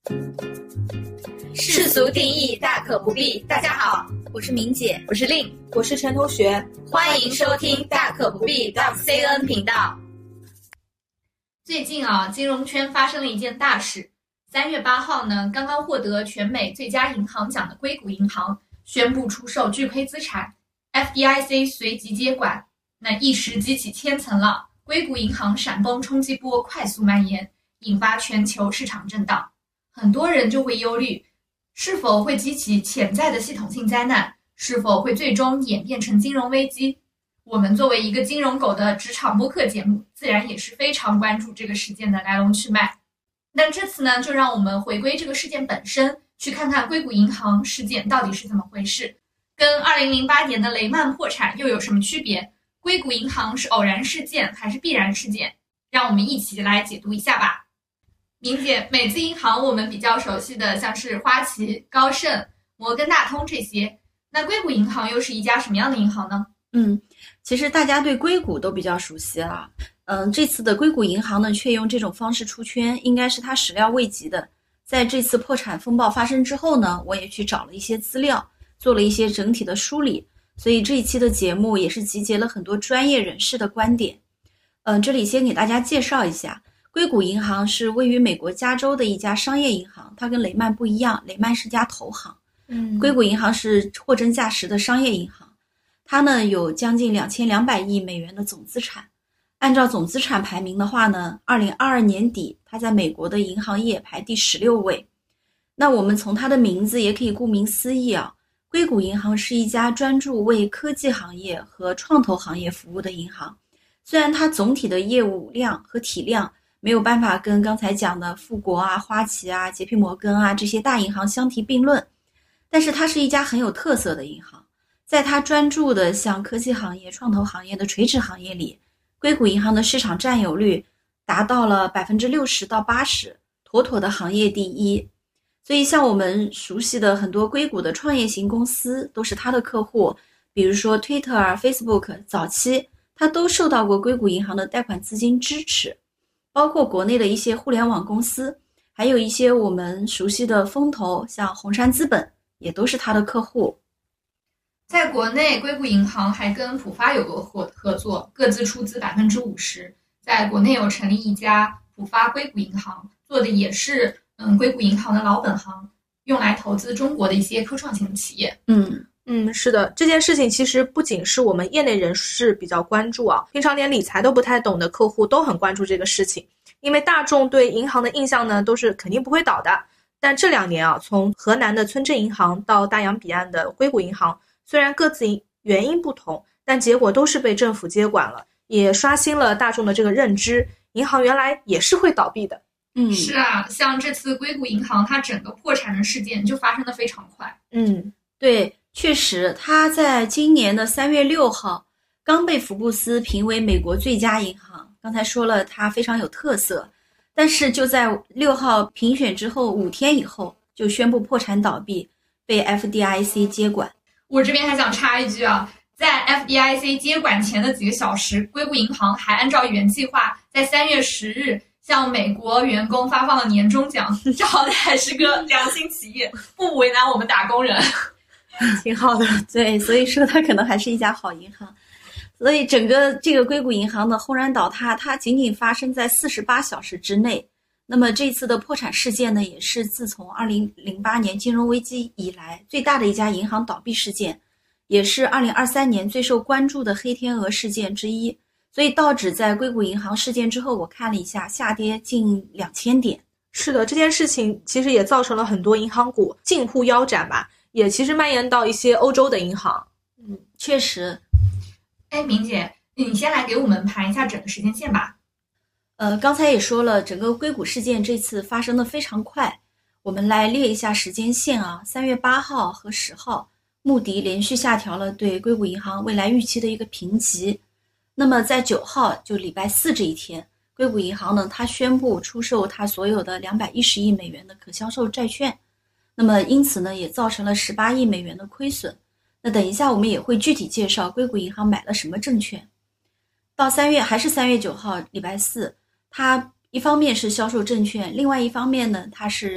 世俗定义大可不必。大家好， 我是明姐， 我是令， 我是陈同学， 欢迎收听大可不必 .cn 频道。 最近金融圈发生了一件大事。3月8号呢，刚刚获得全美最佳银行奖的硅谷银行宣布出售巨亏资产 ，FDIC 随即接管，那一时激起千层浪，硅谷银行闪崩冲击波快速蔓延，引发全球市场震荡。很多人就会忧虑，是否会激起潜在的系统性灾难，是否会最终演变成金融危机。我们作为一个金融狗的职场播客节目，自然也是非常关注这个事件的来龙去脉。那这次呢，就让我们回归这个事件本身，去看看硅谷银行事件到底是怎么回事，跟2008年的雷曼破产又有什么区别？硅谷银行是偶然事件还是必然事件？让我们一起来解读一下吧。明姐，美资银行我们比较熟悉的像是花旗、高盛、摩根大通这些，那硅谷银行又是一家什么样的银行呢？ 其实大家对硅谷都比较熟悉啊。这次的硅谷银行呢，却用这种方式出圈，应该是他始料未及的。在这次破产风暴发生之后呢，我也去找了一些资料，做了一些整体的梳理，所以这一期的节目也是集结了很多专业人士的观点。这里先给大家介绍一下，硅谷银行是位于美国加州的一家商业银行，它跟雷曼不一样，雷曼是家投行，硅谷银行是货真价实的商业银行。它呢有将近2200亿美元的总资产，按照总资产排名的话呢，2022年底它在美国的银行业排第16位。那我们从它的名字也可以顾名思义啊，硅谷银行是一家专注为科技行业和创投行业服务的银行。虽然它总体的业务量和体量没有办法跟刚才讲的富国啊、花旗啊、杰皮摩根啊这些大银行相提并论，但是它是一家很有特色的银行。在它专注的像科技行业、创投行业的垂直行业里，硅谷银行的市场占有率达到了60%到80%，妥妥的行业第一。所以像我们熟悉的很多硅谷的创业型公司都是它的客户，比如说 Twitter、Facebook， 早期它都受到过硅谷银行的贷款资金支持，包括国内的一些互联网公司，还有一些我们熟悉的风投，像红杉资本也都是它的客户。 在国内，硅谷银行还跟浦发有过合作，各自出资50%。在国内有成立一家浦发硅谷银行，做的也是硅谷银行的老本行，用来投资中国的一些科创型企业。 是的，这件事情其实不仅是我们业内人士比较关注啊，平常连理财都不太懂的客户都很关注这个事情。因为大众对银行的印象呢，都是肯定不会倒的。但这2年啊，从河南的村镇银行到大洋彼岸的硅谷银行，虽然各自原因不同，但结果都是被政府接管了，也刷新了大众的这个认知，银行原来也是会倒闭的。 是啊，像这次硅谷银行它整个破产的事件就发生得非常快。 对，确实它在今年的3月6号刚被福布斯评为美国最佳银行。刚才说了它非常有特色，但是就在6号评选之后5天以后就宣布破产倒闭，被 FDIC 接管。 我这边还想插一句啊，在 FDIC 接管前的几个小时，硅谷银行还按照原计划在3月10日向美国员工发放了年终奖，这好歹还是个良心企业，不为难我们打工人。 挺好的。 对，所以说它可能还是一家好银行。所以整个这个硅谷银行的轰然倒塌，它仅仅发生在48小时之内。那么这次的破产事件呢，也是自从2008年金融危机以来最大的一家银行倒闭事件，也是2023年最受关注的黑天鹅事件之一。所以道指在硅谷银行事件之后，我看了一下，下跌近2000点。 是的，这件事情其实也造成了很多银行股近乎腰斩吧，也其实蔓延到一些欧洲的银行。 确实。 明姐，你先来给我们盘一下整个时间线吧。 刚才也说了，整个硅谷事件这次发生的非常快，我们来列一下时间线啊。3月8号和10号，穆迪连续下调了对硅谷银行未来预期的一个评级。那么在9号，就礼拜四这一天，硅谷银行呢，它宣布出售它所有的210亿美元的可销售债券，那么因此呢，也造成了18亿美元的亏损。那等一下我们也会具体介绍硅谷银行买了什么证券。到3月9号礼拜四，它一方面是销售证券，另外一方面呢，它是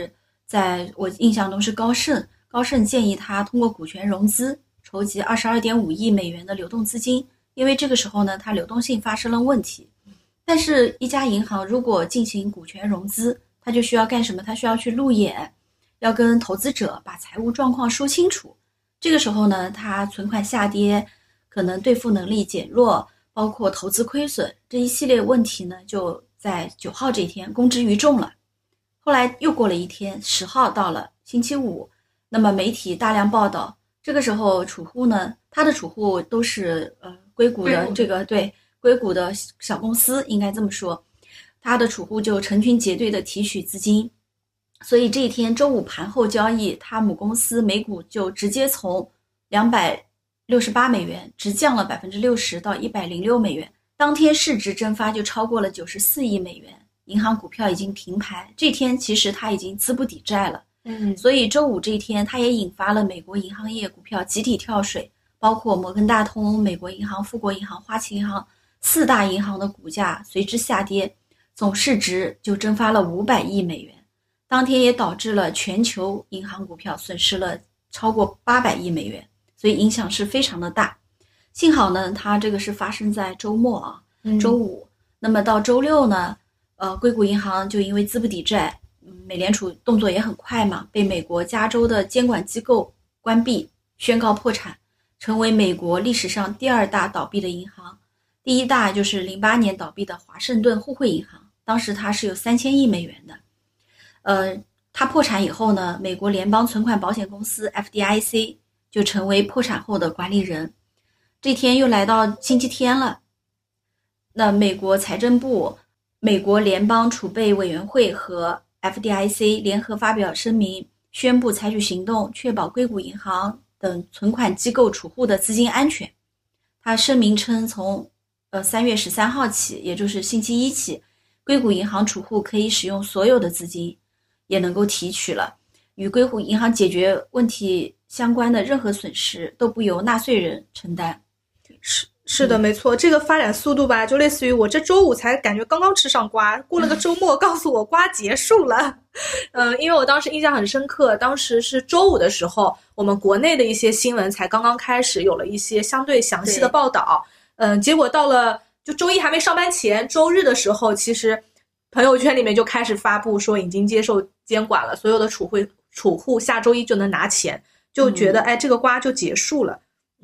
在我印象中是高盛建议他通过股权融资筹集22.5亿美元的流动资金，因为这个时候呢，它流动性发生了问题。但是一家银行如果进行股权融资，它就需要干什么？它需要去路演，要跟投资者把财务状况说清楚。这个时候呢，它存款下跌，可能兑付能力减弱，包括投资亏损，这一系列问题呢，就在9号这一天公之于众了。后来又过了一天，10号到了星期五，那么媒体大量报道，这个时候储户呢，他的储户都是硅谷的硅谷的小公司，应该这么说，他的储户就成群结队的提取资金，所以这一天周五盘后交易，他母公司美股就直接从268美元直降了60%到106美元，当天市值蒸发就超过了94亿美元，银行股票已经平牌，这天其实它已经资不抵债了。所以周五这一天，它也引发了美国银行业股票集体跳水，包括摩根大通、美国银行、富国银行、花旗银行4大银行的股价随之下跌，总市值就蒸发了500亿美元。当天也导致了全球银行股票损失了超过800亿美元，所以影响是非常的大。幸好呢，它这个是发生在周末啊，周五。那么到周六呢，硅谷银行就因为资不抵债，美联储动作也很快嘛，被美国加州的监管机构关闭，宣告破产，成为美国历史上第2大倒闭的银行。第一大就是08年倒闭的华盛顿互惠银行，当时它是有3000亿美元的。它破产以后呢，美国联邦存款保险公司 FDIC 就成为破产后的管理人。这天又来到星期天了，那美国财政部、美国联邦储备委员会和 FDIC 联合发表声明，宣布采取行动，确保硅谷银行等存款机构储户的资金安全。他声明称，从3月13号起，也就是星期一起，硅谷银行储户可以使用所有的资金，也能够提取了。与硅谷银行解决问题相关的任何损失都不由纳税人承担。 是的，没错，这个发展速度吧，就类似于我这周五才感觉刚刚吃上瓜，过了个周末告诉我瓜结束了。因为我当时印象很深刻，当时是周五的时候，我们国内的一些新闻才刚刚开始有了一些相对详细的报道。结果到了就周一还没上班前，周日的时候，其实朋友圈里面就开始发布说已经接受监管了，所有的储户下周一就能拿钱，就觉得这个瓜就结束了。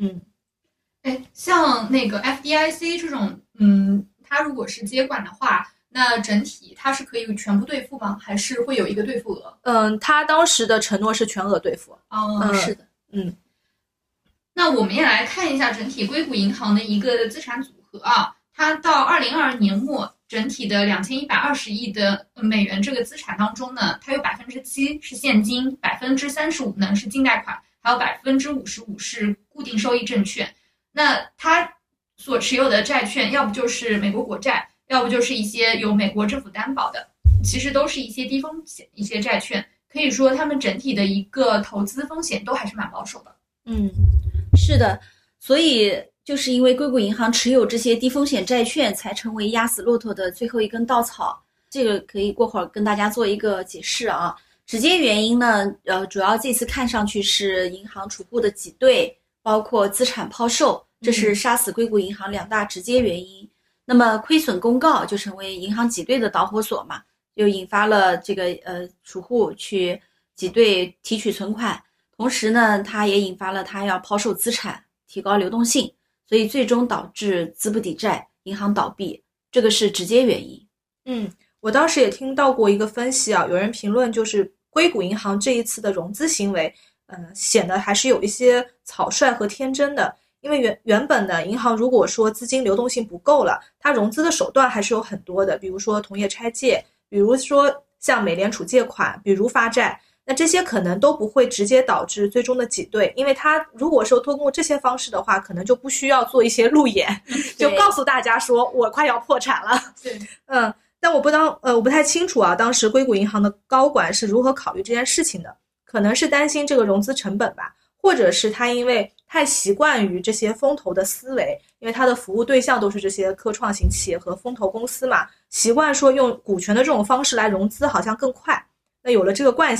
像那个 FDIC 这种，它如果是接管的话，那整体它是可以全部兑付吗？还是会有一个兑付额？ 他当时的承诺是全额兑付。 是的。 那我们也来看一下整体硅谷银行的一个资产组合啊，它到2022年末，整体的2120亿的美元这个资产当中呢，它有7%是现金，35%呢是净贷款，还有55%是固定收益证券。那它所持有的债券，要不就是美国国债，要不就是一些由美国政府担保的，其实都是一些低风险一些债券，可以说他们整体的一个投资风险都还是蛮保守的。 是的，所以就是因为硅谷银行持有这些低风险债券，才成为压死骆驼的最后一根稻草。这个可以过会儿跟大家做一个解释啊。直接原因呢，主要这次看上去是银行储户的挤兑，包括资产抛售，这是杀死硅谷银行2大直接原因。那么亏损公告就成为银行挤兑的导火索嘛，就引发了这个储户去挤兑提取存款，同时呢，它也引发了它要抛售资产，提高流动性，所以最终导致资不抵债，银行倒闭，这个是直接原因。 我当时也听到过一个分析啊，有人评论就是硅谷银行这一次的融资行为，显得还是有一些草率和天真的。因为原本的银行如果说资金流动性不够了，它融资的手段还是有很多的，比如说同业拆借，比如说向美联储借款，比如发债，那这些可能都不会直接导致最终的挤兑，因为它如果说通过这些方式的话，可能就不需要做一些路演，就告诉大家说我快要破产了。但我不太清楚啊，当时硅谷银行的高管是如何考虑这件事情的，可能是担心这个融资成本吧，或者是他因为太习惯于这些风投的思维，因为他的服务对象都是这些科创型企业和风投公司嘛，习惯说用股权的这种方式来融资好像更快。那有了这个惯性，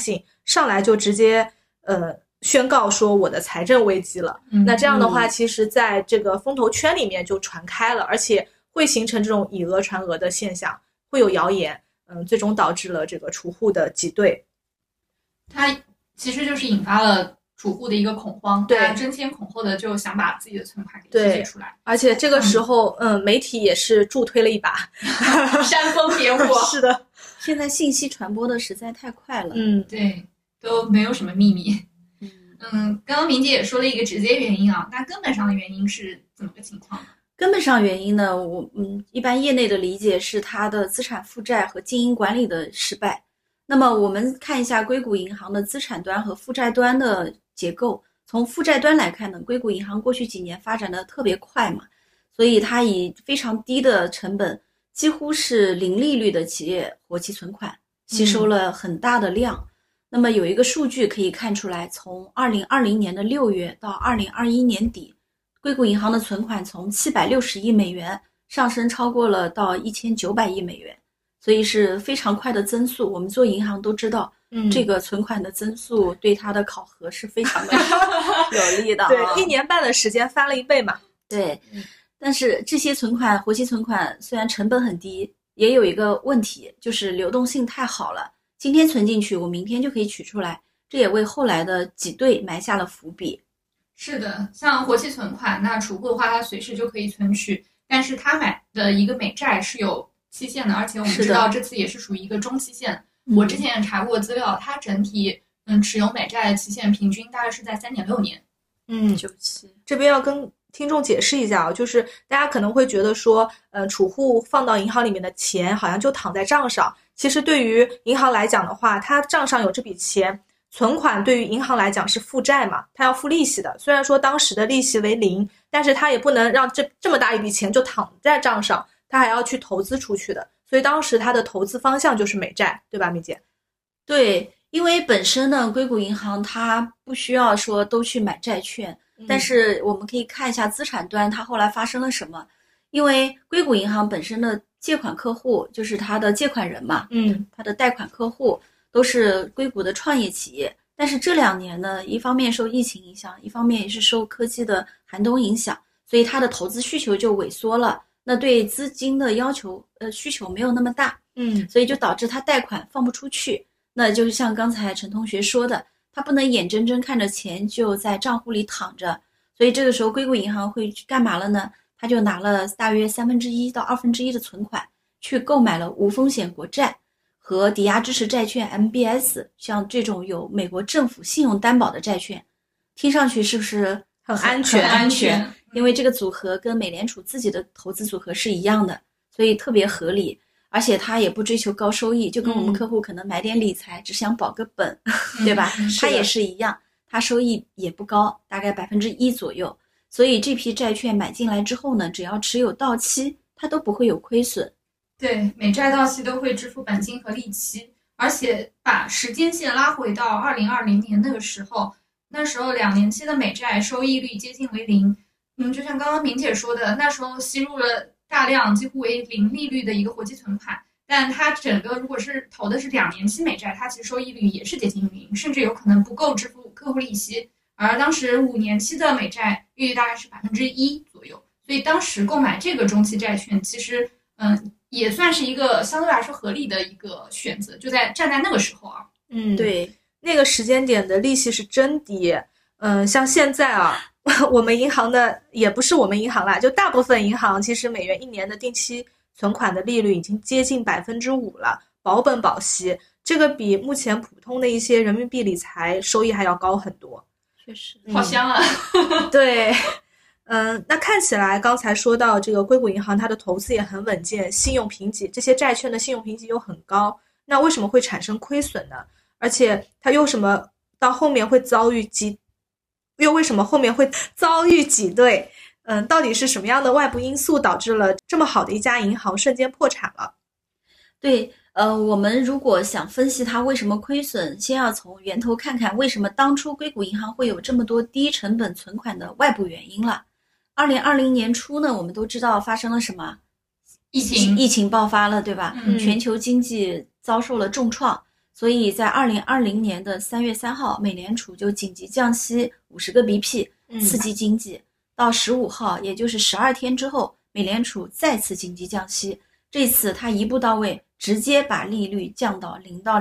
上来就直接宣告说我的财政危机了。那这样的话，其实在这个风投圈里面就传开了，而且会形成这种以讹传讹的现象，会有谣言，最终导致了这个储户的挤兑。 它其实就是引发了储户的一个恐慌， 对， 大家争先恐后的就想把自己的存款给提取出来。 而且这个时候，媒体也是助推了一把， 煽风点火。 是的， 现在信息传播的实在太快了。 对，都没有什么秘密。刚刚明姐也说了一个直接原因啊，那根本上的原因是怎么个情况呢？ 根本上原因呢，一般业内的理解是它的资产负债和经营管理的失败。那么我们看一下硅谷银行的资产端和负债端的结构。从负债端来看呢，硅谷银行过去几年发展的特别快嘛，所以它以非常低的成本，几乎是零利率的企业活期存款吸收了很大的量。那么有一个数据可以看出来，从2020年的6月到2021年底，硅谷银行的存款从760亿美元上升超过了到1900亿美元，所以是非常快的增速。我们做银行都知道，这个存款的增速对它的考核是非常的有利的。 对，1年半的时间翻了1倍嘛。 对，但是这些存款，活期存款虽然成本很低，也有一个问题，就是流动性太好了。今天存进去，我明天就可以取出来，这也为后来的挤兑埋下了伏笔。 是的，像活期存款，那储户的话，他随时就可以存取，但是他买的一个美债是有期限的，而且我们知道这次也是属于一个中期限。我之前也查过资料，它整体持有美债的期限平均大概是在3.6年。 97。 这边要跟听众解释一下啊，就是大家可能会觉得说，储户放到银行里面的钱好像就躺在账上。其实对于银行来讲的话，它账上有这笔钱，存款对于银行来讲是负债嘛，它要付利息的。虽然说当时的利息为0，但是它也不能让这么大一笔钱就躺在账上，它还要去投资出去的。所以当时它的投资方向就是美债，对吧，米姐？ 对，因为本身呢，硅谷银行它不需要说都去买债券，但是我们可以看一下资产端它后来发生了什么。因为硅谷银行本身的借款客户就是它的借款人嘛，它的贷款客户都是硅谷的创业企业。但是这2年呢，一方面受疫情影响，一方面也是受科技的寒冬影响，所以它的投资需求就萎缩了。那对资金的要求需求没有那么大，所以就导致它贷款放不出去。那就是像刚才陈同学说的，他不能眼睁睁看着钱就在账户里躺着，所以这个时候硅谷银行会去干嘛了呢？他就拿了大约1/3到1/2的存款去购买了无风险国债和抵押支持债券 MBS， 像这种有美国政府信用担保的债券。听上去是不是很安全？ 很安全，因为这个组合跟美联储自己的投资组合是一样的，所以特别合理。而且他也不追求高收益，就跟我们客户可能买点理财只想保个本，对吧？他也是一样，他收益也不高，大概1%左右。所以这批债券买进来之后呢，只要持有到期，它都不会有亏损。 对，美债到期都会支付本金和利息，而且把时间线拉回到2020年那个时候，那时候2年期的美债收益率接近为0。就像刚刚明姐说的，那时候吸入了大量几乎为0利率的一个活期存款，但它整个如果是投的是2年期美债，它其实收益率也是接近0，甚至有可能不够支付客户利息。而当时5年期的美债利率大概是1%左右，所以当时购买这个中期债券，其实也算是一个相对来说合理的一个选择，就站在那个时候啊。 对， 那个时间点的利息是真低。像现在啊，我们银行的也不是我们银行啦，就大部分银行其实美元1年的定期存款的利率已经接近5%了，保本保息，这个比目前普通的一些人民币理财收益还要高很多。 确实， 好香啊！ 对，那看起来刚才说到这个硅谷银行，它的投资也很稳健，信用评级这些债券的信用评级又很高，那为什么会产生亏损呢？而且它又什么到后面会遭遇为什么后面会遭遇挤兑？到底是什么样的外部因素导致了这么好的一家银行瞬间破产了？ 对，我们如果想分析它为什么亏损，先要从源头看看为什么当初硅谷银行会有这么多低成本存款的外部原因了。2020年初呢，我们都知道发生了什么？疫情爆发了，对吧？全球经济遭受了重创， 所以在2020年的3月3号，美联储就紧急降息50个 BP，刺激经济。到15号，也就是12天之后，美联储再次紧急降息，这次它一步到位，直接把利率降到0到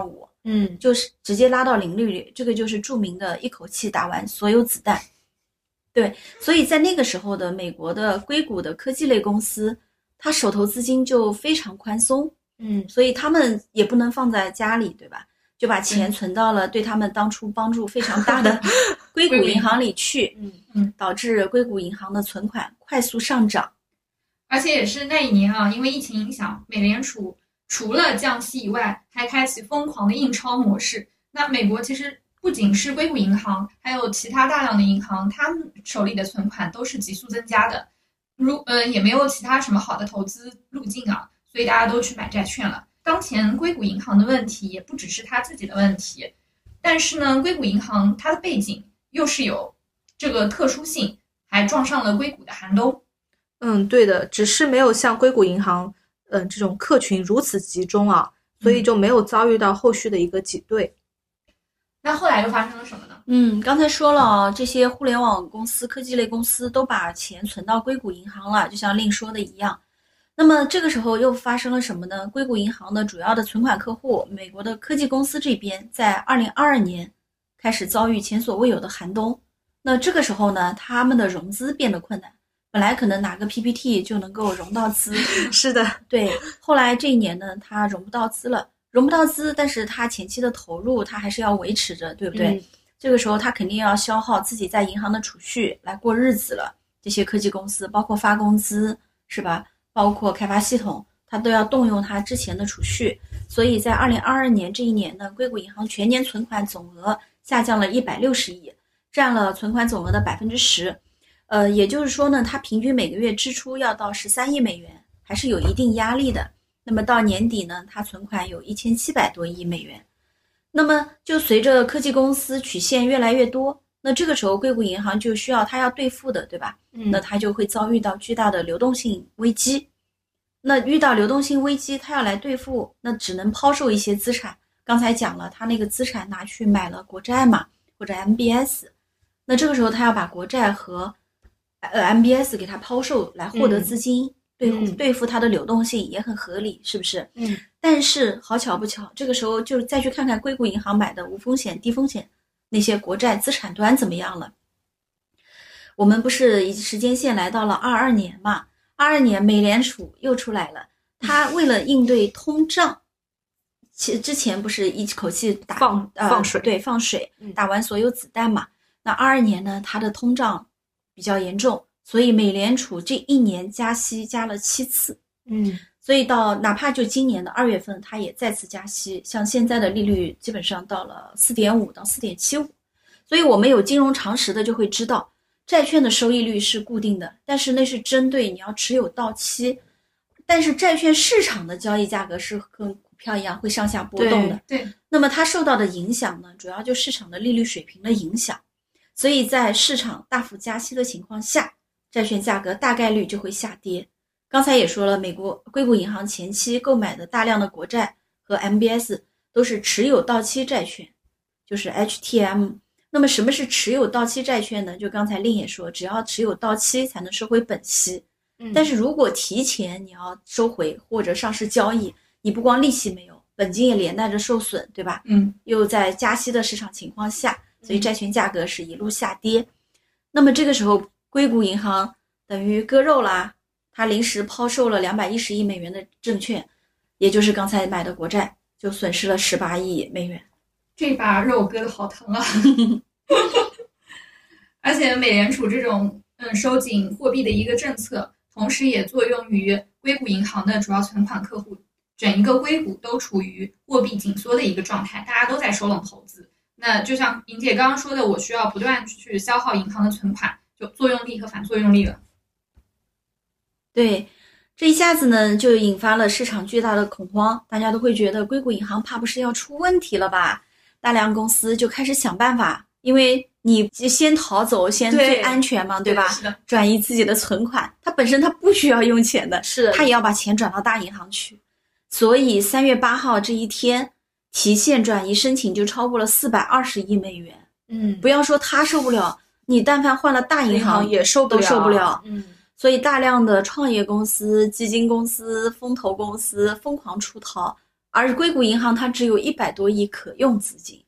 0.25，就是直接拉到零利率，这个就是著名的一口气打完所有子弹。对，所以在那个时候的美国的硅谷的科技类公司，它手头资金就非常宽松，所以他们也不能放在家里，对吧？就把钱存到了对他们当初帮助非常大的硅谷银行里去，导致硅谷银行的存款快速上涨。 而且也是那一年啊，因为疫情影响，美联储除了降息以外，还开启疯狂的印钞模式。那美国其实不仅是硅谷银行，还有其他大量的银行，他们手里的存款都是急速增加的。也没有其他什么好的投资路径啊，所以大家都去买债券了。当前硅谷银行的问题也不只是他自己的问题，但是呢，硅谷银行它的背景又是有这个特殊性，还撞上了硅谷的寒冬。 对的，只是没有像硅谷银行这种客群如此集中啊，所以就没有遭遇到后续的一个挤兑。 那后来又发生了什么呢？ 刚才说了啊，这些互联网公司、科技类公司都把钱存到硅谷银行了，就像令说的一样。那么这个时候又发生了什么呢？硅谷银行的主要的存款客户，美国的科技公司这边，在2022年开始遭遇前所未有的寒冬。那这个时候呢，他们的融资变得困难。本来可能拿个 PPT 就能够融到资， 是的， 对。后来这一年呢，他融不到资了，但是他前期的投入他还是要维持着，对不对？这个时候他肯定要消耗自己在银行的储蓄来过日子了。这些科技公司包括发工资，是吧？包括开发系统，它都要动用它之前的储蓄。所以在2022年这一年呢，硅谷银行全年存款总额下降了160亿，占了存款总额的10%。也就是说呢，它平均每个月支出要到13亿美元，还是有一定压力的。那么到年底呢，它存款有1700多亿美元。那么就随着科技公司曲线越来越多，那这个时候硅谷银行就需要它要兑付的，对吧？那它就会遭遇到巨大的流动性危机。那遇到流动性危机，它要来兑付，那只能抛售一些资产。刚才讲了，它那个资产拿去买了国债嘛，或者 MBS。那这个时候它要把国债和MBS 给它抛售来获得资金，对付它的流动性也很合理，是不是？但是好巧不巧，这个时候就再去看看硅谷银行买的无风险、低风险那些国债资产端怎么样了。我们不是时间线来到了22年嘛，22年美联储又出来了，它为了应对通胀，之前不是一口气放水，对，放水，打完所有子弹嘛。那22年呢，它的通胀比较严重，所以美联储这一年加息加了7次，所以到哪怕就今年的2月份，它也再次加息，像现在的利率基本上到了 4.5 到 4.75， 所以我们有金融常识的就会知道，债券的收益率是固定的，但是那是针对你要持有到期，但是债券市场的交易价格是跟股票一样会上下波动的， 对。 那么它受到的影响呢，主要就市场的利率水平的影响。所以在市场大幅加息的情况下，债券价格大概率就会下跌。刚才也说了，美国硅谷银行前期购买的大量的国债和 MBS 都是持有到期债券，就是 HTM。那么什么是持有到期债券呢？就刚才令也说，只要持有到期才能收回本息。但是如果提前你要收回或者上市交易，你不光利息没有，本金也连带着受损，对吧？又在加息的市场情况下，所以债券价格是一路下跌。那么这个时候硅谷银行等于割肉啦，它临时抛售了210亿美元的证券，也就是刚才买的国债，就损失了18亿美元。 这把肉割得好疼啊！而且美联储这种收紧货币的一个政策，同时也作用于硅谷银行的主要存款客户，整一个硅谷都处于货币紧缩的一个状态，大家都在收拢投资。那就像莹姐刚刚说的，我需要不断去消耗银行的存款，就作用力和反作用力了。 对，这一下子呢，就引发了市场巨大的恐慌，大家都会觉得硅谷银行怕不是要出问题了吧？大量公司就开始想办法，因为你先逃走，先最安全嘛，对吧？ 是的， 转移自己的存款，它本身它不需要用钱的， 是的， 它也要把钱转到大银行去。所以3月8号这一天， 提现转移申请就超过了420亿美元。不要说他受不了，你但凡换了大银行也受不了， 都受不了。所以大量的创业公司、基金公司、风投公司疯狂出逃，而硅谷银行它只有100多亿可用资金。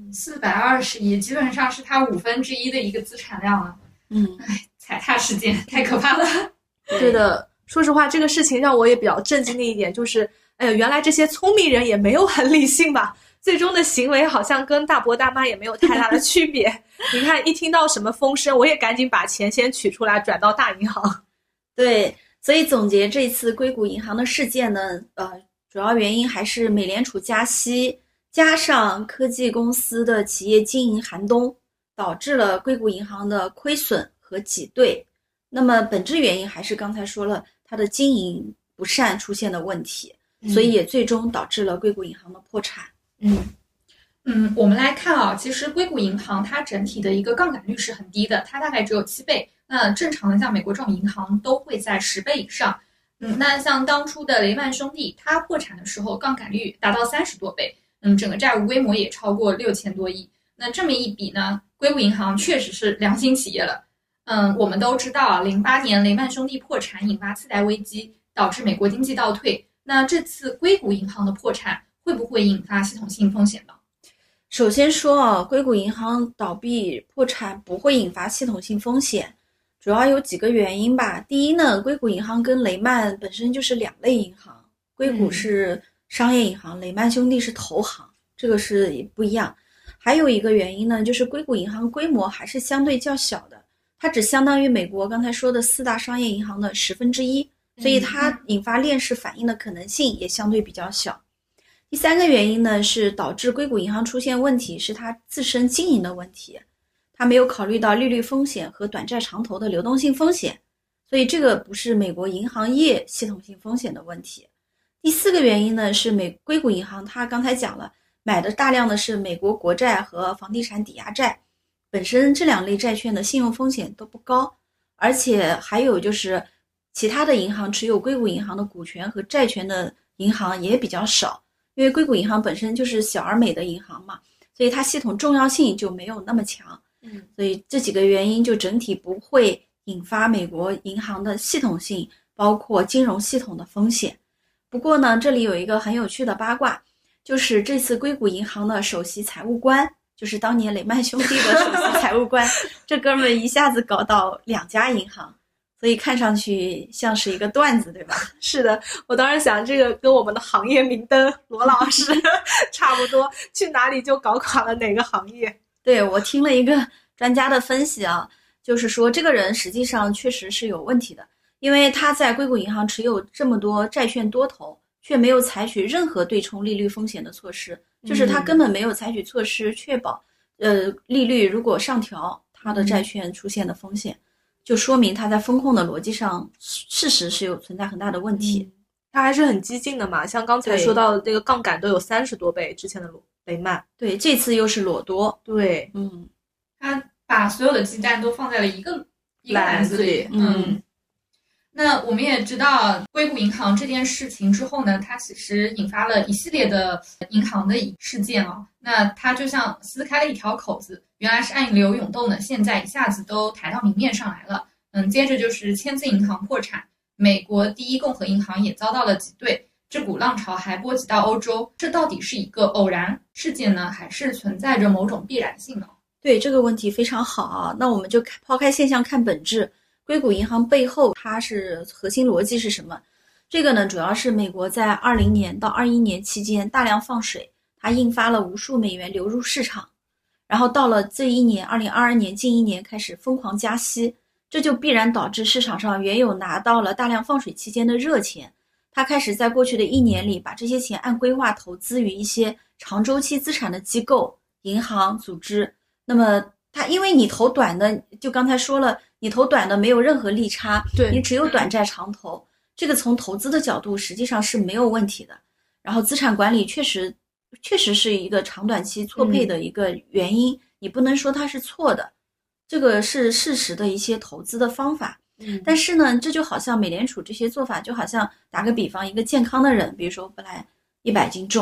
420亿基本上是它1/5的一个资产量了。踩踏事件太可怕了。 对的，说实话，这个事情让我也比较震惊的一点就是，原来这些聪明人也没有很理性吧？最终的行为好像跟大伯大妈也没有太大的区别。你看，一听到什么风声，我也赶紧把钱先取出来转到大银行。 对，所以总结这次硅谷银行的事件呢，主要原因还是美联储加息，加上科技公司的企业经营寒冬，导致了硅谷银行的亏损和挤兑。那么本质原因还是刚才说了，它的经营不善出现的问题，所以也最终导致了硅谷银行的破产。 我们来看啊，其实硅谷银行它整体的一个杠杆率是很低的，它大概只有7倍。那正常的像美国这种银行都会在10倍以上。那像当初的雷曼兄弟，它破产的时候杠杆率达到30多倍，整个债务规模也超过6000多亿。那这么一比呢，硅谷银行确实是良心企业了。我们都知道啊，08年雷曼兄弟破产引发次贷危机，导致美国经济倒退。那这次硅谷银行的破产会不会引发系统性风险呢？ 首先说啊，硅谷银行倒闭破产不会引发系统性风险，主要有几个原因吧。第一呢，硅谷银行跟雷曼本身就是2类银行，硅谷是商业银行，雷曼兄弟是投行，这个是不一样。还有一个原因呢，就是硅谷银行规模还是相对较小的，它只相当于美国刚才说的4大商业银行的1/10，所以它引发链式反应的可能性也相对比较小。第三个原因呢，是导致硅谷银行出现问题是它自身经营的问题，它没有考虑到利率风险和短债长投的流动性风险，所以这个不是美国银行业系统性风险的问题。第四个原因呢，是硅谷银行它刚才讲了，买的大量的是美国国债和房地产抵押债，本身这2类债券的信用风险都不高，而且还有就是其他的银行持有硅谷银行的股权和债权的银行也比较少，因为硅谷银行本身就是小而美的银行嘛，所以它系统重要性就没有那么强。所以这几个原因就整体不会引发美国银行的系统性，包括金融系统的风险。不过呢，这里有一个很有趣的八卦，就是这次硅谷银行的首席财务官，就是当年雷曼兄弟的首席财务官，这哥们一下子搞到2家银行，所以看上去像是一个段子，对吧？ 是的，我当时想这个跟我们的行业明灯罗老师差不多，去哪里就搞垮了哪个行业。 对，我听了一个专家的分析啊，就是说这个人实际上确实是有问题的，因为他在硅谷银行持有这么多债券多头，却没有采取任何对冲利率风险的措施，就是他根本没有采取措施确保利率如果上调，他的债券出现的风险，就说明他在风控的逻辑上事实是有存在很大的问题。 他还是很激进的嘛，像刚才说到的这个杠杆都有30多倍，之前的雷曼， 对，这次又是裸多， 对， 他把所有的鸡蛋都放在了一个篮子里。那我们也知道硅谷银行这件事情之后呢，它其实引发了一系列的银行的事件啊。那它就像撕开了一条口子，原来是暗流涌动的，现在一下子都抬到明面上来了。接着就是签字银行破产，美国第一共和银行也遭到了挤兑，这股浪潮还波及到欧洲，这到底是一个偶然事件呢，还是存在着某种必然性呢？ 对，这个问题非常好啊。那我们就抛开现象看本质，硅谷银行背后它是核心逻辑是什么？这个呢，主要是美国在20年到21年期间大量放水，它印发了无数美元流入市场，然后到了这一年2022年近1年开始疯狂加息，这就必然导致市场上原有拿到了大量放水期间的热钱，它开始在过去的1年里把这些钱按规划投资于一些长周期资产的机构、银行、组织。那么它因为你投短的，就刚才说了，你投短的没有任何利差， 对， 你只有短债长投，这个从投资的角度实际上是没有问题的。然后资产管理确实是一个长短期错配的一个原因，你不能说它是错的，这个是事实的一些投资的方法。但是呢，这就好像美联储这些做法，就好像打个比方，一个健康的人，比如说本来100斤重，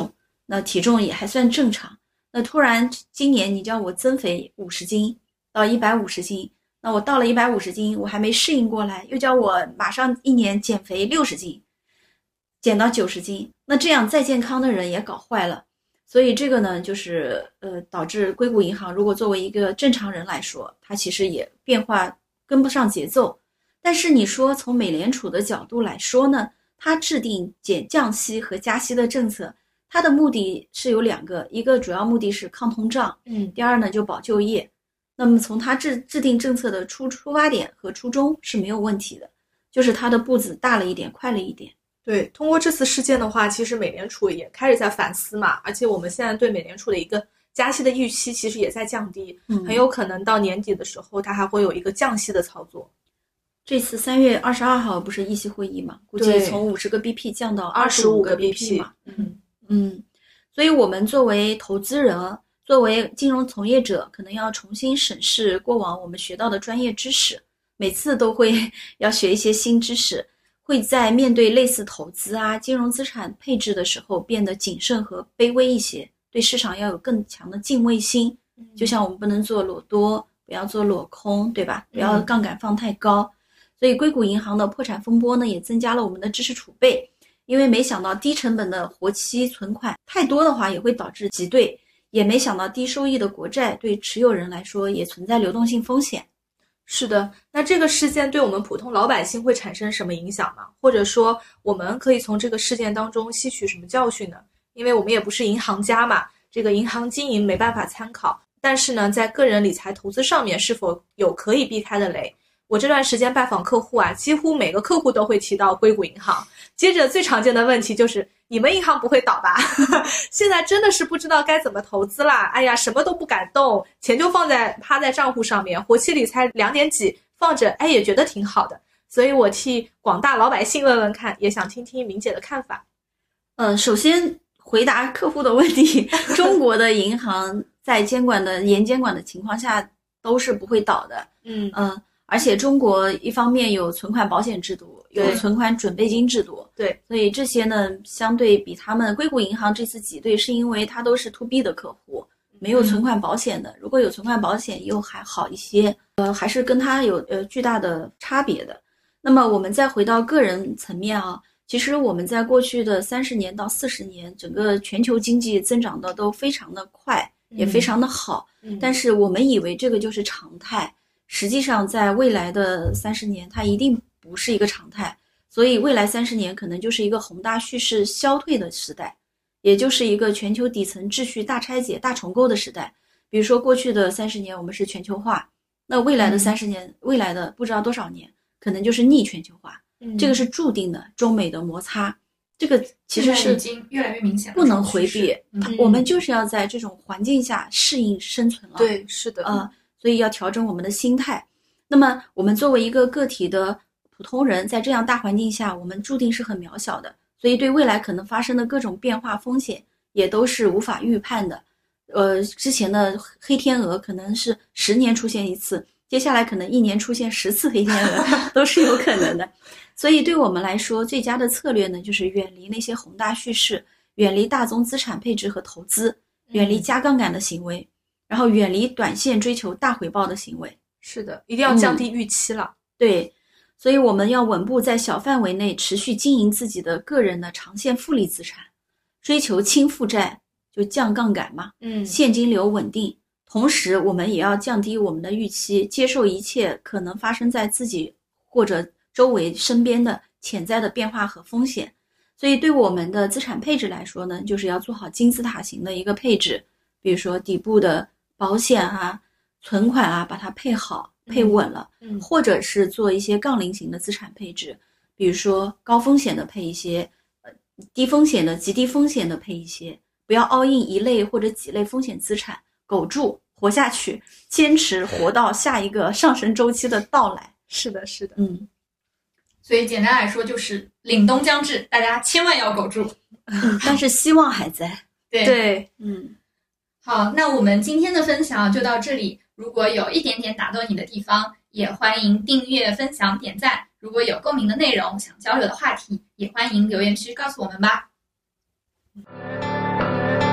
那体重也还算正常。那突然今年你叫我增肥50斤到150斤，那我到了150斤，我还没适应过来，又叫我马上1年减肥60斤，减到90斤，那这样再健康的人也搞坏了。所以这个呢，就是导致硅谷银行如果作为一个正常人来说，它其实也变化跟不上节奏。但是你说从美联储的角度来说呢，它制定降息和加息的政策，它的目的是有2个，一个主要目的是抗通胀，第二呢就保就业。那么从它制定政策的出发点和初衷是没有问题的，就是它的步子大了一点，快了一点。 对，通过这次事件的话，其实美联储也开始在反思嘛，而且我们现在对美联储的一个加息的预期其实也在降低，很有可能到年底的时候它还会有一个降息的操作。 这次3月22号不是议息会议嘛，估计从50个 BP 降到25个 BP 嘛。所以我们作为投资人，作为金融从业者，可能要重新审视过往我们学到的专业知识，每次都会要学一些新知识，会在面对类似投资啊、金融资产配置的时候变得谨慎和卑微一些，对市场要有更强的敬畏心。就像我们不能做裸多，不要做裸空，对吧？不要杠杆放太高。所以硅谷银行的破产风波呢，也增加了我们的知识储备。因为没想到低成本的活期存款太多的话也会导致挤兑，也没想到低收益的国债对持有人来说也存在流动性风险。 是的，那这个事件对我们普通老百姓会产生什么影响吗？或者说我们可以从这个事件当中吸取什么教训呢？因为我们也不是银行家嘛，这个银行经营没办法参考，但是呢，在个人理财投资上面是否有可以避开的雷？我这段时间拜访客户啊，几乎每个客户都会提到硅谷银行。接着最常见的问题就是你们银行不会倒吧？现在真的是不知道该怎么投资啦，哎呀，什么都不敢动，钱就趴在账户上面，活期理财2点几放着，哎，也觉得挺好的。所以我替广大老百姓问问看，也想听听明姐的看法。 首先回答客户的问题，中国的银行在严监管的情况下都是不会倒的。而且中国一方面有存款保险制度，有存款准备金制度， 对， 所以这些呢，相对比他们硅谷银行这次挤兑，是因为它都是 to B 的客户，没有存款保险的。如果有存款保险，又还好一些，还是跟它有巨大的差别的。那么我们再回到个人层面啊，其实我们在过去的30年到40年，整个全球经济增长的都非常的快，也非常的好，但是我们以为这个就是常态。实际上在未来的30年它一定不是一个常态，所以未来30年可能就是一个宏大叙事消退的时代，也就是一个全球底层秩序大拆解大重构的时代。比如说过去的30年我们是全球化，那未来的30年，未来的不知道多少年可能就是逆全球化，这个是注定的，中美的摩擦，这个其实是已经越来越明显了， 不能回避。我们就是要在这种环境下适应生存了。 对，是的。 所以要调整我们的心态。那么我们作为一个个体的普通人，在这样大环境下，我们注定是很渺小的，所以对未来可能发生的各种变化风险也都是无法预判的。之前的黑天鹅可能是10年出现一次，接下来可能1年出现10次黑天鹅都是有可能的。所以对我们来说，最佳的策略呢，就是远离那些宏大叙事，远离大宗资产配置和投资，远离加杠杆的行为，然后远离短线追求大回报的行为。 是的，一定要降低预期了。 对，所以我们要稳步在小范围内持续经营自己的个人的长线复利资产，追求轻负债，就降杠杆嘛，现金流稳定。同时我们也要降低我们的预期，接受一切可能发生在自己或者周围身边的潜在的变化和风险。所以对我们的资产配置来说呢，就是要做好金字塔型的一个配置，比如说底部的保险啊、存款啊，把它配好配稳了，或者是做一些杠铃型的资产配置，比如说高风险的配一些，低风险的极低风险的配一些，不要 all in 一类或者几类风险资产，苟住活下去，坚持活到下一个上升周期的到来。 是的，是的， 所以简单来说就是凛冬将至，大家千万要苟住。 但是希望还在。 对， 好，那我们今天的分享就到这里。如果有一点点打动你的地方，也欢迎订阅、分享、点赞。如果有共鸣的内容、想交流的话题，也欢迎留言区告诉我们吧。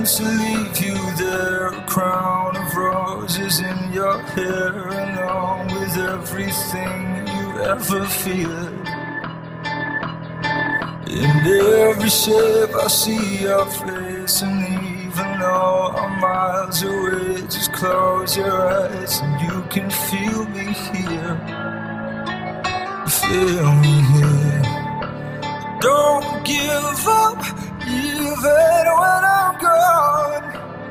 to leave you there, a crown of roses in your hair, along with everything you've ever feared. In every shape I see your face, and even though I'm miles away, just close your eyes and you can feel me here. Feel me here. Don't give up, even when I'm gone.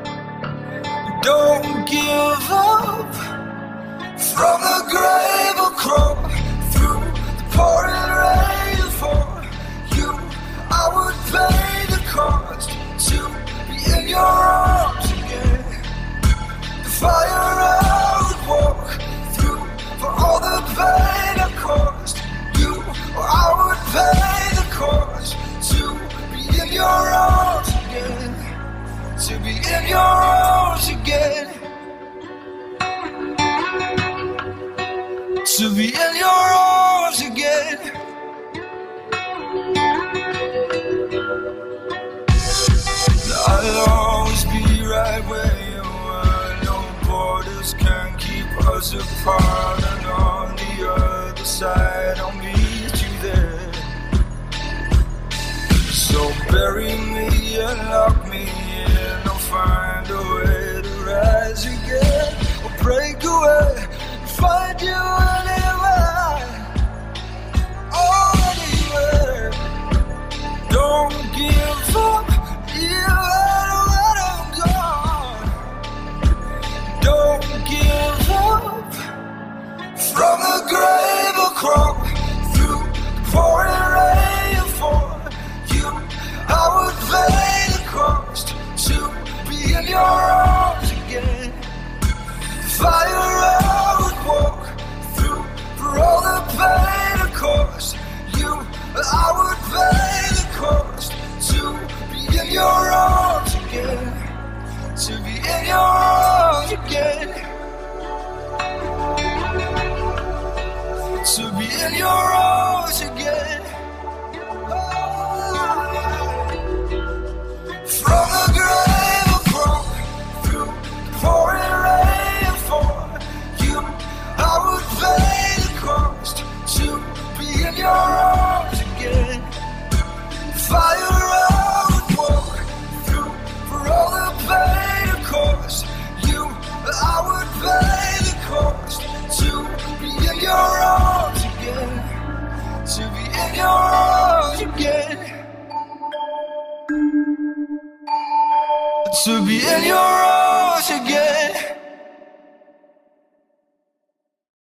Don't give up. From the grave I'll crawl through the pouring rain for you. I would pay the cost to be in your arms again. The fire I would walk through for all the pain I caused you. Or I would pay the cost to be in your arms again. To be in your arms again. To be in your arms again. I'll always be right where you are. No borders can keep us apart. And on the other side I'll meet you there. So bury me and lock me in. I'll find a way to rise again. Or break away and find you anywhere. Anywhere. Don't give up, even when I'm gone. Don't give up. From the grave I'll crawl through the pouring rain for you. I would pay the cost to be in your arms again. The fire I would walk through for all the pain I caused you. I would pay the cost to be in your arms again. To be in your arms again. To be in your arms again. From the grave I'll crawl through the pouring rain for you. I would pay the cost to be in your arms again. The fire I would walk through for all the pain I caused you. I would pay the cost to be in your arms again. To be in your arms again. To be in your arms.